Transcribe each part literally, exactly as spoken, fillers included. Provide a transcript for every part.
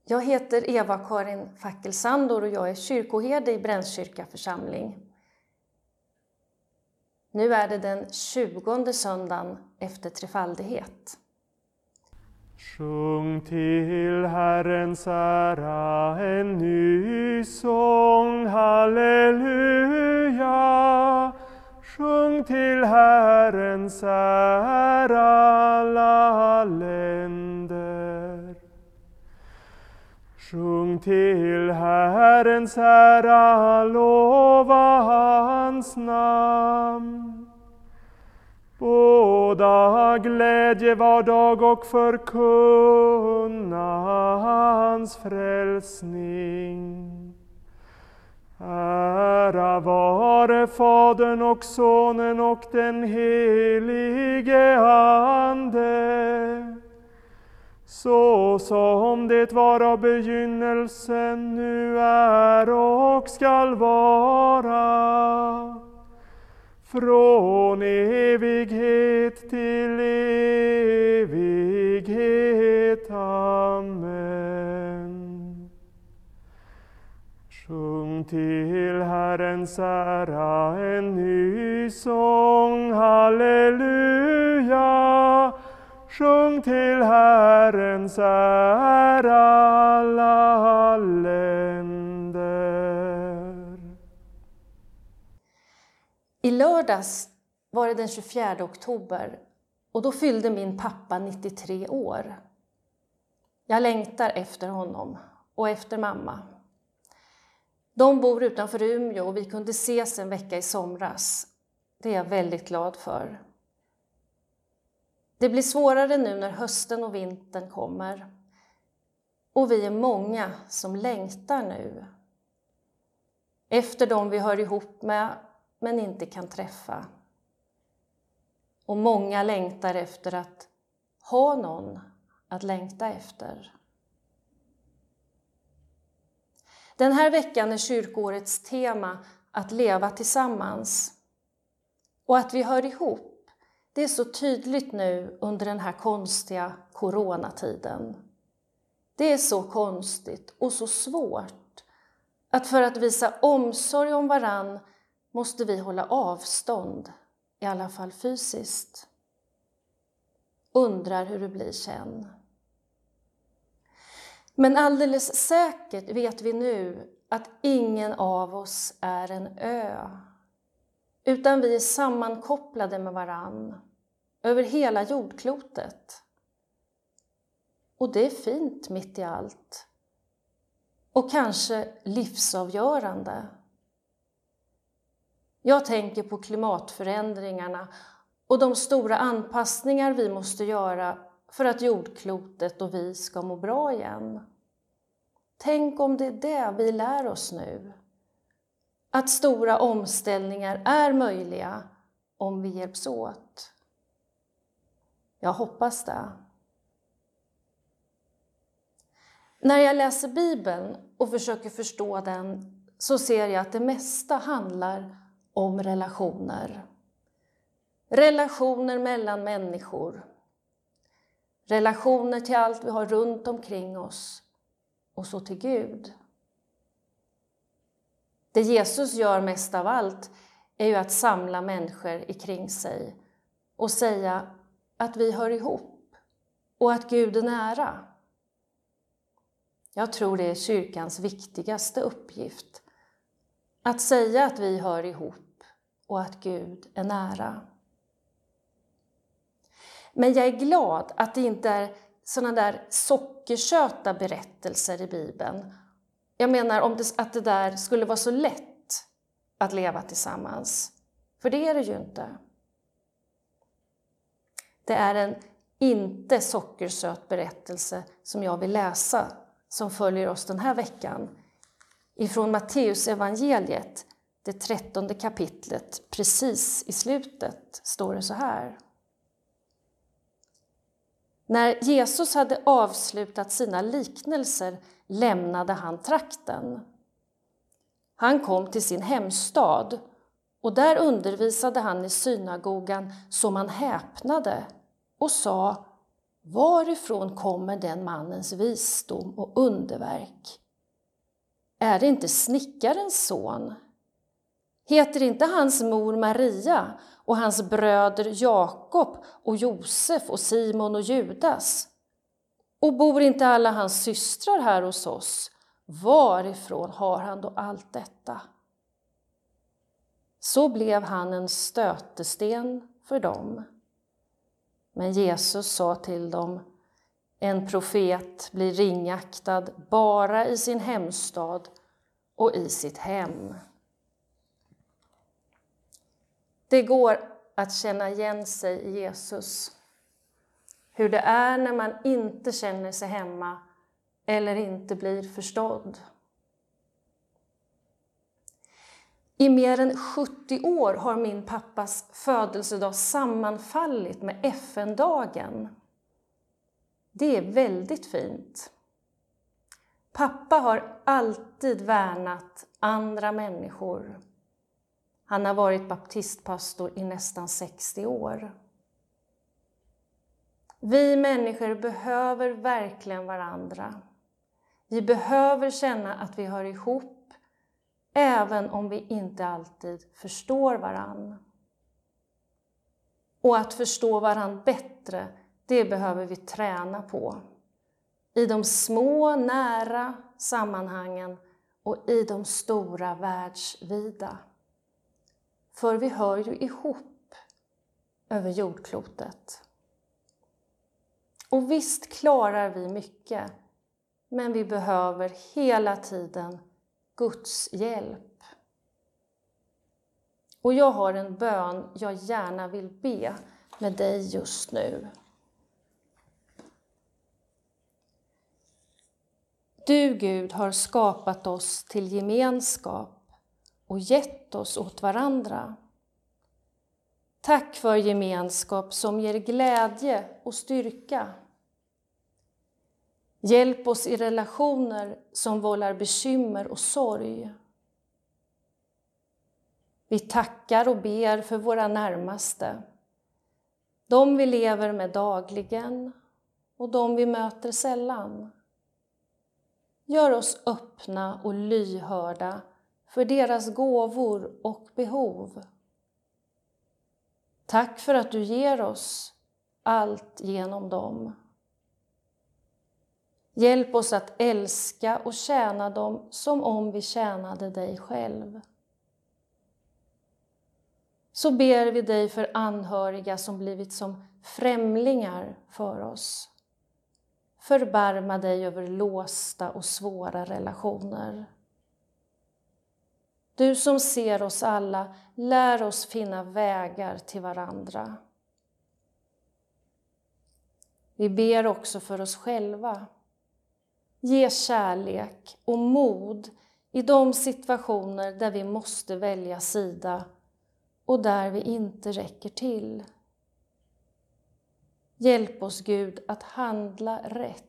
Jag heter Eva-Karin Fackelsandor och jag är kyrkoherde i Brännkyrka församling. Nu är det den tjugonde söndagen efter trefaldighet. Sjung till Herrens ära en ny sång, halleluja. Sjung till Herrens ära alla länder. Sjung till Herrens ära, lova hans namn. Båda glädje var dag och förkunna hans frälsning. Ära vare Fadern och Sonen och den helige Ande, så som det var av begynnelsen, nu är och skall vara, från evighet till evighet. Amen. Sjung till Herrens ära en ny sång, halleluja. Sjung till Herrens ära alla länder. I lördags var det den tjugofjärde oktober och då fyllde min pappa nittiotre år. Jag längtar efter honom och efter mamma. De bor utanför Umeå och vi kunde ses en vecka i somras. Det är jag väldigt glad för. Det blir svårare nu när hösten och vintern kommer. Och vi är många som längtar nu. Efter dem vi hör ihop med men inte kan träffa. Och många längtar efter att ha någon att längta efter. Den här veckan är kyrkoårets tema att leva tillsammans. Och att vi hör ihop. Det är så tydligt nu under den här konstiga coronatiden. Det är så konstigt och så svårt att för att visa omsorg om varann måste vi hålla avstånd, i alla fall fysiskt. Undrar hur det blir sen. Men alldeles säkert vet vi nu att ingen av oss är en ö. Utan vi är sammankopplade med varann över hela jordklotet. Och det är fint mitt i allt. Och kanske livsavgörande. Jag tänker på klimatförändringarna och de stora anpassningar vi måste göra för att jordklotet och vi ska må bra igen. Tänk om det är det vi lär oss nu. Att stora omställningar är möjliga om vi hjälps åt. Jag hoppas det. När jag läser Bibeln och försöker förstå den så ser jag att det mesta handlar om relationer. Relationer mellan människor. Relationer till allt vi har runt omkring oss och så till Gud. Det Jesus gör mest av allt är ju att samla människor ikring sig och säga att vi hör ihop och att Gud är nära. Jag tror det är kyrkans viktigaste uppgift. Att säga att vi hör ihop och att Gud är nära. Men jag är glad att det inte är sådana där sockersöta berättelser i Bibeln. Jag menar om det, att det där skulle vara så lätt att leva tillsammans. För det är det ju inte. Det är en inte sockersöt berättelse som jag vill läsa som följer oss den här veckan. Ifrån Matteus evangeliet, det trettonde kapitlet, precis i slutet står det så här. När Jesus hade avslutat sina liknelser lämnade han trakten. Han kom till sin hemstad och där undervisade han i synagogan så man häpnade och sa: varifrån kommer den mannens visdom och underverk? Är det inte snickarens son? Heter inte hans mor Maria och hans bröder Jakob och Josef och Simon och Judas? Och bor inte alla hans systrar här hos oss? Varifrån har han då allt detta? Så blev han en stötesten för dem. Men Jesus sa till dem, en profet blir ringaktad bara i sin hemstad och i sitt hem. Det går att känna igen sig i Jesus. Hur det är när man inte känner sig hemma eller inte blir förstådd. I mer än sjuttio år har min pappas födelsedag sammanfallit med F N-dagen. Det är väldigt fint. Pappa har alltid värnat andra människor. Han har varit baptistpastor i nästan sextio år. Vi människor behöver verkligen varandra. Vi behöver känna att vi hör ihop, även om vi inte alltid förstår varann. Och att förstå varann bättre, det behöver vi träna på. I de små, nära sammanhangen och i de stora, världsvida. För vi hör ju ihop över jordklotet. Och visst klarar vi mycket, men vi behöver hela tiden Guds hjälp. Och jag har en bön jag gärna vill be med dig just nu. Du, Gud, har skapat oss till gemenskap och gett oss åt varandra. Tack för gemenskap som ger glädje och styrka. Hjälp oss i relationer som vållar bekymmer och sorg. Vi tackar och ber för våra närmaste. De vi lever med dagligen och de vi möter sällan. Gör oss öppna och lyhörda för deras gåvor och behov. Tack för att du ger oss allt genom dem. Hjälp oss att älska och tjäna dem som om vi tjänade dig själv. Så ber vi dig för anhöriga som blivit som främlingar för oss. Förbarma dig över låsta och svåra relationer. Du som ser oss alla, lär oss finna vägar till varandra. Vi ber också för oss själva. Ge kärlek och mod i de situationer där vi måste välja sida och där vi inte räcker till. Hjälp oss, Gud, att handla rätt.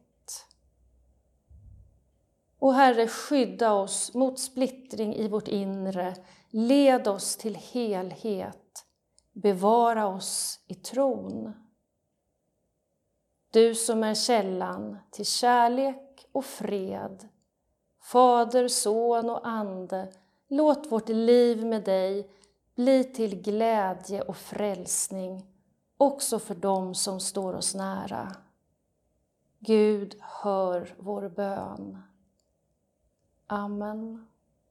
Och Herre, skydda oss mot splittring i vårt inre. Led oss till helhet. Bevara oss i tron. Du som är källan till kärlek och fred. Fader, son och ande, låt vårt liv med dig bli till glädje och frälsning också för dem som står oss nära. Gud, hör vår bön. Amen.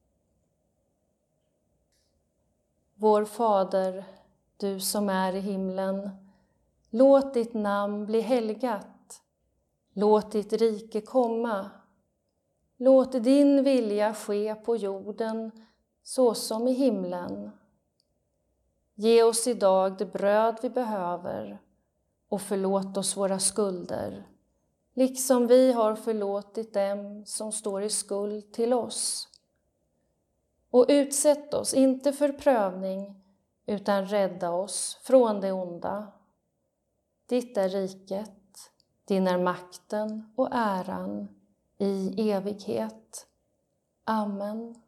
Vår Fader, du som är i himlen, låt ditt namn bli helgat. Låt ditt rike komma. Låt din vilja ske på jorden så som i himlen. Ge oss idag det bröd vi behöver och förlåt oss våra skulder, liksom vi har förlåtit dem som står i skuld till oss. Och utsätt oss inte för prövning, utan rädda oss från det onda. Ditt är riket, din är makten och äran i evighet. Amen.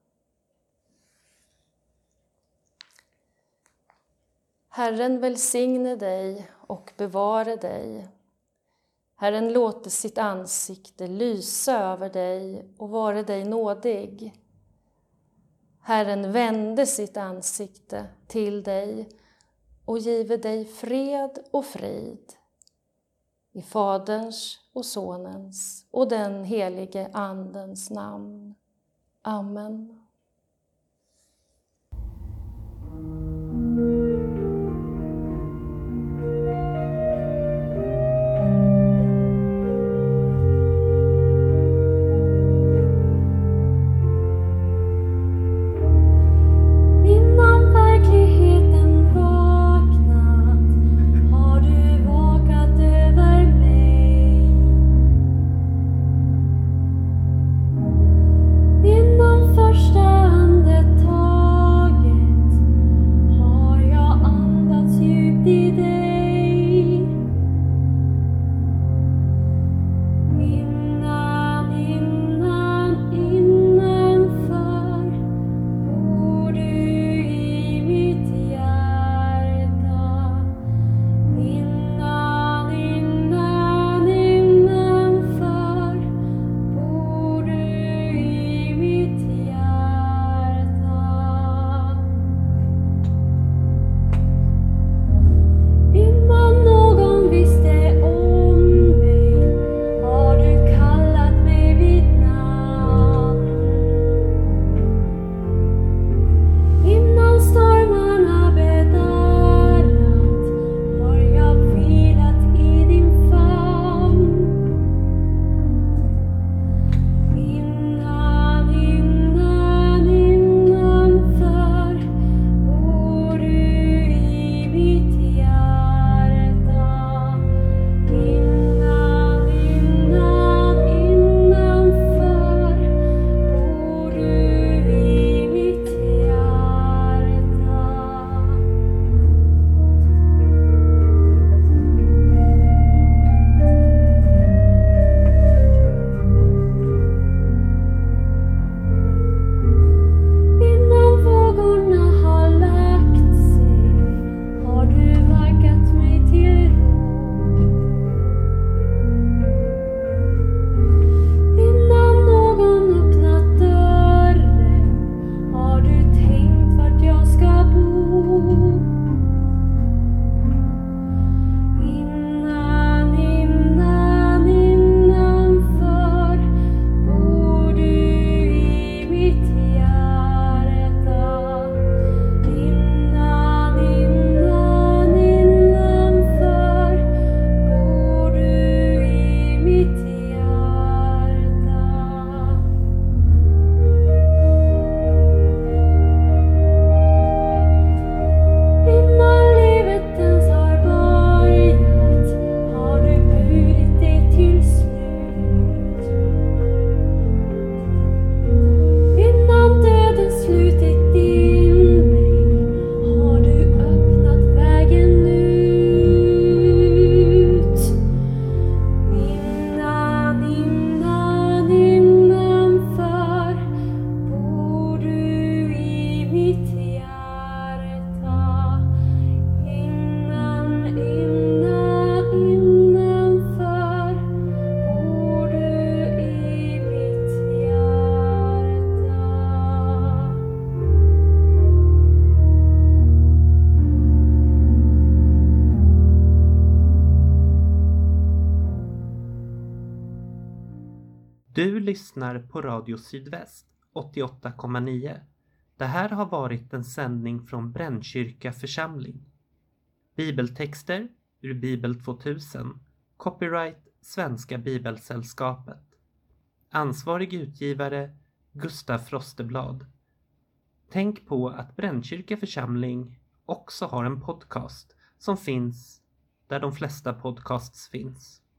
Herren välsigne dig och bevare dig. Herren låter sitt ansikte lysa över dig och vare dig nådig. Herren vände sitt ansikte till dig och give dig fred och frid. I Faderns och Sonens och den helige Andens namn. Amen. Du lyssnar på Radio Sydväst åttioåtta komma nio. Det här har varit en sändning från Brännkyrka församling. Bibeltexter ur Bibel tvåtusen. Copyright Svenska Bibelsällskapet. Ansvarig utgivare Gustaf Frosteblad. Tänk på att Brännkyrka församling också har en podcast som finns där de flesta podcasts finns.